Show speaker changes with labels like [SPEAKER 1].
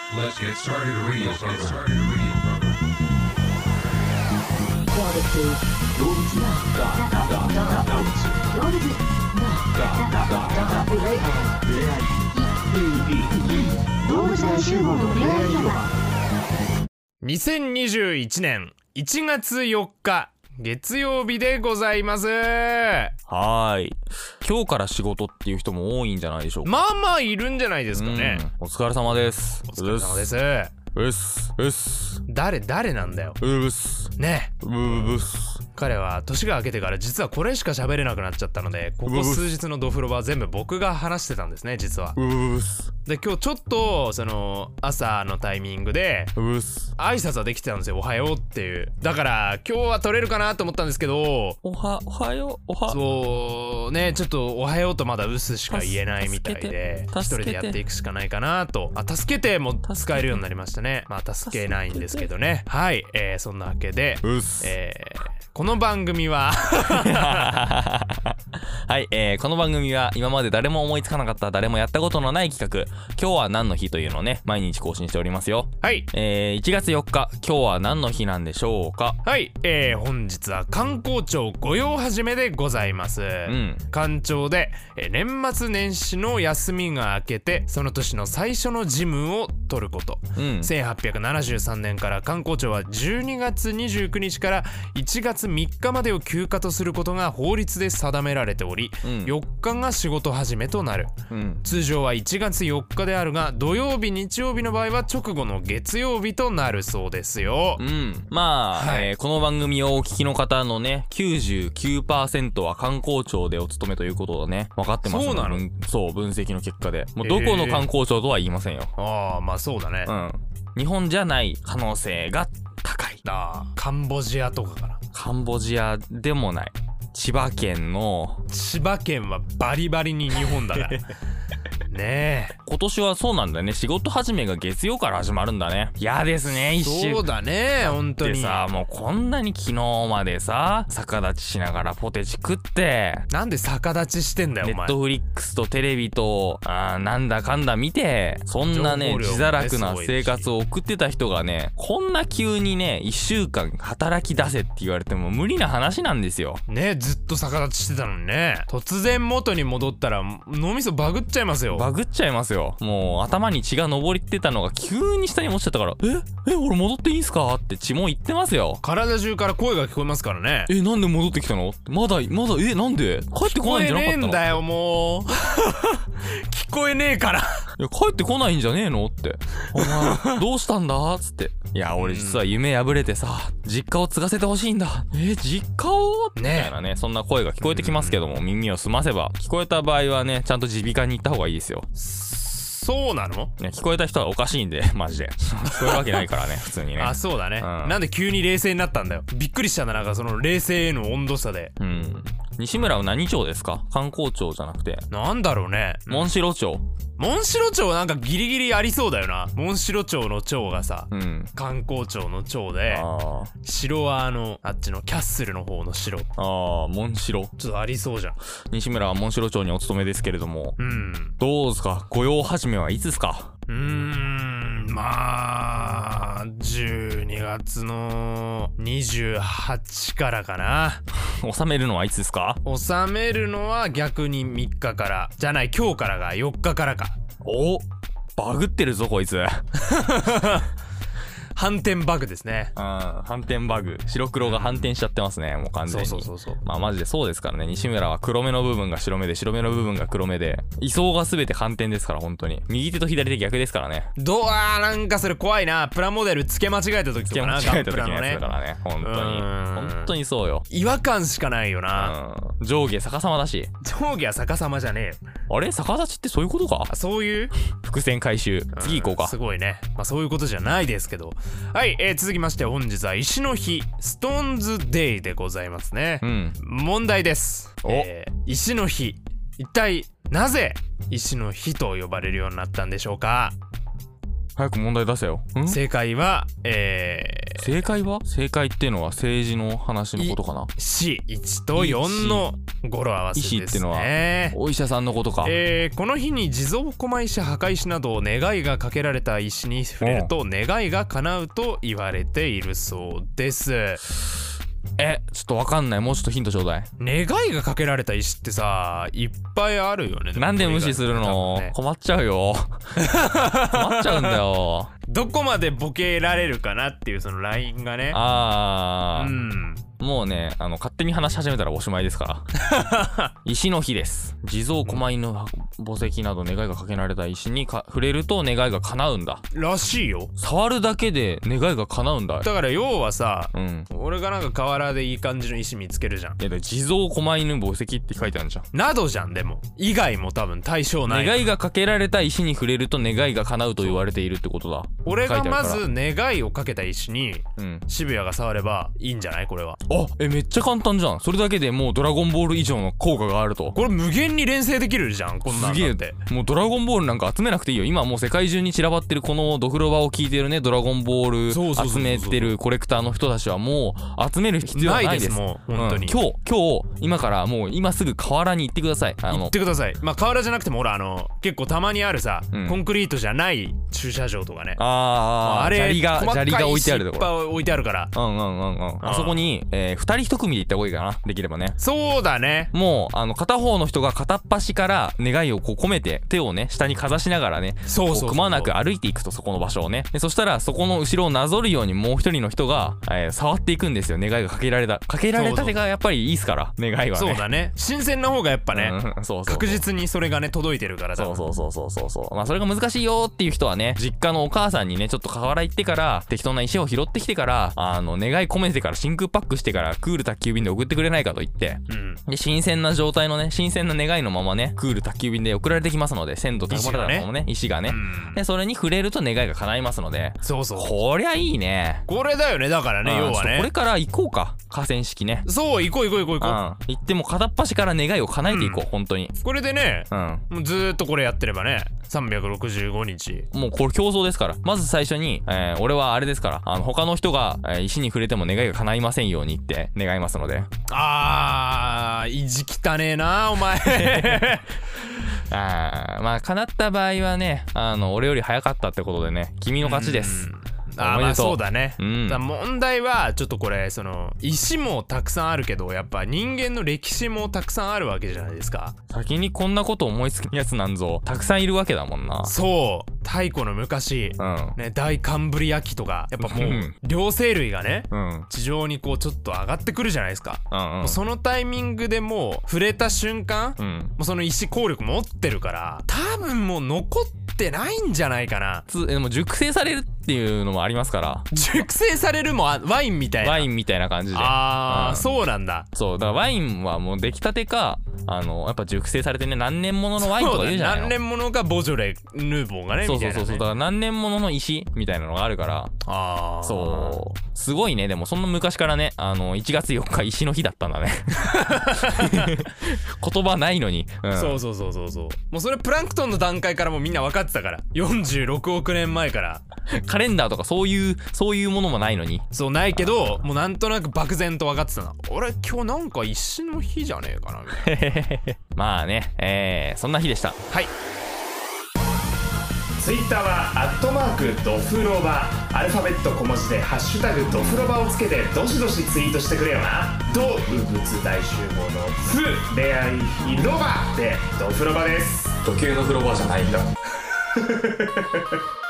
[SPEAKER 1] Let's get started radio program.
[SPEAKER 2] 2021年1月4日月曜日でございます。
[SPEAKER 3] はーい。今日から仕事っていう人も多いんじゃないでしょうか。
[SPEAKER 2] まあまあいるんじゃないですかね。
[SPEAKER 3] お疲れ様です。
[SPEAKER 2] お疲れ様です。
[SPEAKER 3] うっす。
[SPEAKER 2] 誰なんだよ。
[SPEAKER 3] うっす。
[SPEAKER 2] ね。
[SPEAKER 3] うっす。
[SPEAKER 2] 彼は年が明けてから実はこれしか喋れなくなっちゃったので、ここ数日のドフロバは全部僕が話してたんですね、実は。
[SPEAKER 3] うっす。
[SPEAKER 2] で今日ちょっとその朝のタイミングで
[SPEAKER 3] うっす。
[SPEAKER 2] 挨拶はできてたんですよ、おはようっていう。だから今日は撮れるかなと思ったんですけど、
[SPEAKER 3] おはよう。
[SPEAKER 2] そうね、ちょっとおはようとまだうすしか言えないみたいで、一人でやっていくしかないかなと。助けても使えるようになりましたね。まあ助けないんですけどね。はい、そんなわけでこの番組は
[SPEAKER 3] はい、この番組は今まで誰も思いつかなかった誰もやったことのない企画、今日は何の日というのをね毎日更新しておりますよ。
[SPEAKER 2] はい、
[SPEAKER 3] 1月4日今日は何の日なんでしょうか。
[SPEAKER 2] はい、本日は観光庁御用始めでございます。官庁で、年末年始の休みが明けてその年の最初の事務を取ること、1873年から観光庁は12月29日から1月3日までを休暇とすることが法律で定められており、4日が仕事始めとなる。通常は1月4日であるが土曜日日曜日の場合は直後の月曜日となるそうですよ。
[SPEAKER 3] まあ、この番組をお聞きの方のね 99% は観光庁でお勤めということをね分かってますので、
[SPEAKER 2] そうなの？
[SPEAKER 3] そう、分析の結果でもうどこの観光庁とは言いませんよ。
[SPEAKER 2] ああ、まあそうだね。
[SPEAKER 3] 日本じゃない可能性が高い。
[SPEAKER 2] カンボジアとかかな。
[SPEAKER 3] カンボジアでもない。千葉県は
[SPEAKER 2] バリバリに日本だからねえ。
[SPEAKER 3] 今年はそうなんだね。仕事始めが月曜から始まるんだね。嫌ですね、一週。
[SPEAKER 2] そうだね、本当に。
[SPEAKER 3] でさ、もうこんなに昨日までさ逆立ちしながらポテチ食って、
[SPEAKER 2] なんで逆立ちしてんだよお前。
[SPEAKER 3] ネットフリックスとテレビとなんだかんだ見て、そんなね自堕落な生活を送ってた人がね、こんな急にね1週間働き出せって言われても無理な話なんですよ
[SPEAKER 2] ね。ずっと逆立ちしてたのにね、突然元に戻ったら脳みそバグっちゃいますよ。
[SPEAKER 3] バグっちゃいますよ。もう頭に血が上ってたのが急に下に落ちちゃったから、俺戻っていいんすかって血も言ってますよ。
[SPEAKER 2] 体中から声が聞こえますからね。
[SPEAKER 3] なんで戻ってきたの？まだなんで帰ってこないんじゃなかったの？聞こえねえ
[SPEAKER 2] んだよもう聞こえねえから。
[SPEAKER 3] いや帰ってこないんじゃねえのって、お前どうしたんだっつって、いや俺実は夢破れてさ実家を継がせてほしいんだ。実家をみたいなね、そんな声が聞こえてきますけども、耳を澄ませば聞こえた場合はねちゃんと耳鼻科に行った方がいいですよ。
[SPEAKER 2] そうなの？
[SPEAKER 3] ね、聞こえた人はおかしいんでマジで聞こえるわけないからね普通にね。
[SPEAKER 2] あ、そうだね、なんで急に冷静になったんだよ。びっくりしたな、なんかその冷静への温度差で。西村は何町ですか？観光庁じゃなくてなんだろうね。
[SPEAKER 3] モンシロ町。
[SPEAKER 2] モンシロ町なんかギリギリありそうだよな。モンシロ町の町がさ、観光庁の町で、城はあっちのキャッスルの方の城。
[SPEAKER 3] モンシロ
[SPEAKER 2] ちょっとありそうじゃん。西
[SPEAKER 3] 村はモンシロ町にお勤めですけれども、どうですか？御用始めはいつですか？
[SPEAKER 2] まあ12月の28からかな。
[SPEAKER 3] 収めるのはいつですか？
[SPEAKER 2] 収めるのは逆に3日からじゃない、今日からが4日からか。
[SPEAKER 3] お、バグってるぞこいつ
[SPEAKER 2] 反転バグですね。
[SPEAKER 3] 反転バグ。白黒が反転しちゃってますね、もう完全に。
[SPEAKER 2] そう。
[SPEAKER 3] まあマジでそうですからね。西村は黒目の部分が白目で、白目の部分が黒目で、位相が全て反転ですから、本当に。右手と左手逆ですからね。
[SPEAKER 2] なんかそれ怖いな。プラモデル付け間違えた時とかな。
[SPEAKER 3] 付け間違えた時のやつだからね。本当に。本当にそうよ。
[SPEAKER 2] 違和感しかないよな。
[SPEAKER 3] 上下逆さまだし。
[SPEAKER 2] 上下は逆さまじゃねえよ。
[SPEAKER 3] あれ？逆立ちってそういうことか？
[SPEAKER 2] そういう
[SPEAKER 3] 伏線回収。次行こうか。
[SPEAKER 2] すごいね。まあそういうことじゃないですけど。はい、続きまして本日は石の日、ストーンズデイでございますね。問題です。石の日、一体なぜ石の日と呼ばれるようになったんでしょうか？
[SPEAKER 3] 早く問題出せよ。
[SPEAKER 2] 正解は、
[SPEAKER 3] 正解は？正解っていうのは政治の話のことかな。
[SPEAKER 2] 死1と4の語呂合わせですね。
[SPEAKER 3] 医師ってのはお医者さんのことか。
[SPEAKER 2] この日に地蔵狛石墓石など願いがかけられた石に触れると願いが叶うと言われているそうです。
[SPEAKER 3] ちょっとわかんない。もうちょっとヒントちょうだい。
[SPEAKER 2] 願いがかけられた石ってさ、いっぱいあるよね。
[SPEAKER 3] なんで無視するの？困っちゃうよ。困っちゃうんだよ。
[SPEAKER 2] どこまでボケられるかなっていうそのラインがね。も
[SPEAKER 3] うね、勝手に話し始めたらおしまいですから。石の日です。地蔵狛犬の墓石など願いがかけられた石に触れると願いが叶うんだ。
[SPEAKER 2] らしいよ。
[SPEAKER 3] 触るだけで願いが叶うんだ。
[SPEAKER 2] だから要はさ、俺がなんか河原でいい感じの石見つけるじゃん。
[SPEAKER 3] いや、地蔵狛犬墓石って書いてあるじゃん。
[SPEAKER 2] などじゃん。でも以外も多分対象ない。
[SPEAKER 3] 願いがかけられた石に触れると願いが叶うと言われているってことだ。
[SPEAKER 2] 俺がまず願いをかけた石に渋谷が触ればいいんじゃない？これは。
[SPEAKER 3] めっちゃ簡単じゃん。それだけでもうドラゴンボール以上の効果があると。
[SPEAKER 2] これ無限に連成できるじゃん。こんなんだって。
[SPEAKER 3] もうドラゴンボールなんか集めなくていいよ。今もう世界中に散らばってるこのドフロバを聞いてるね、ドラゴンボール集めてるコレクターの人たちはもう集める必要はないです。
[SPEAKER 2] もう本当に、
[SPEAKER 3] 今日今からもう今すぐ河原に行ってください。
[SPEAKER 2] 行ってください。まあ河原じゃなくてもほら結構たまにあるさ、コンクリートじゃない駐車場とかね。あれ
[SPEAKER 3] 砂利が置いてあるところ。
[SPEAKER 2] いっぱい置いてあるから。
[SPEAKER 3] あそこに2人1組で行った方がいいかな。できればね。
[SPEAKER 2] そうだね。
[SPEAKER 3] もう片方の人が片っ端から願いをこう込めて手をね下にかざしながらね、くまなく歩いていくと、そこの場所をね。でそしたらそこの後ろをなぞるようにもう一人の人が、触っていくんですよ。願いがかけられた手がやっぱりいいっすから、願いはね。
[SPEAKER 2] そうだね。新鮮な方がやっぱね、確実にそれがね届いてるから。
[SPEAKER 3] そうまあそれが難しいよっていう人はね、実家のお母さんにねちょっと河原行ってから適当な石を拾ってきてから、願い込めてから真空パックしてからクール宅急便で送ってくれないかと言って、で新鮮な状態のね、新鮮な願いのままねクール宅急便で送られてきますので、鮮度高まったままね石がね、でそれに触れると願いが叶いますので。こりゃいいね。
[SPEAKER 2] これだよね。だからね、要はね、
[SPEAKER 3] これから行こうか、河川敷ね。
[SPEAKER 2] そう、行こう。
[SPEAKER 3] 行っても片っ端から願いを叶えていこう。本当に
[SPEAKER 2] これでね、もうずーっとこれやってればね、365日
[SPEAKER 3] もうこれ競争ですから。まず最初に、俺はあれですから、他の人が、石に触れても願いが叶いませんようにって願いますので。意地汚ねえなお前。まあ叶った場合はね、俺より早かったってことでね、君の勝ちです。
[SPEAKER 2] まあそうだね。問題はちょっとこれ、その石もたくさんあるけど、やっぱ人間の歴史もたくさんあるわけじゃないですか。
[SPEAKER 3] 先にこんなこと思いつくやつなんぞたくさんいるわけだもんな。
[SPEAKER 2] そう太古の昔、ね、大カンブリア紀とか、やっぱもう両生類がね、地上にこうちょっと上がってくるじゃないですか。そのタイミングでもう触れた瞬間、もうその石効力持ってるから、多分もう残ってないんじゃないかな。
[SPEAKER 3] でも熟成されるっていうのもありますから。
[SPEAKER 2] 熟成されるもワインみたいな
[SPEAKER 3] 感じで。
[SPEAKER 2] そうなんだ。
[SPEAKER 3] そうだからワインはもう出来たてか、やっぱ熟成されてね、何年もののワインとか言うじゃないの。
[SPEAKER 2] 何年ものかボジョレ・ヌーボーがね。
[SPEAKER 3] そうだから何年ものの石みたいなのがあるから。そうすごいね。でもそんな昔からね、1月4日石の日だったんだね。言葉ないのに。
[SPEAKER 2] そうもうそれプランクトンの段階からもうみんな分かってたから。46億年前から。
[SPEAKER 3] カレンダーとかそういうものもないのに。
[SPEAKER 2] そうないけど、もうなんとなく漠然と分かってたな。俺今日なんか石の日じゃねえかなみたいな。
[SPEAKER 3] まあね、そんな日でした。
[SPEAKER 2] はい。ツイッターはドフロバ、アルファベット小文字でハッシュタグドフロバをつけてどしどしツイートしてくれよな。動物大集合のフレアリ広場でドフロバです。
[SPEAKER 3] 時計の風呂場じゃないんだ。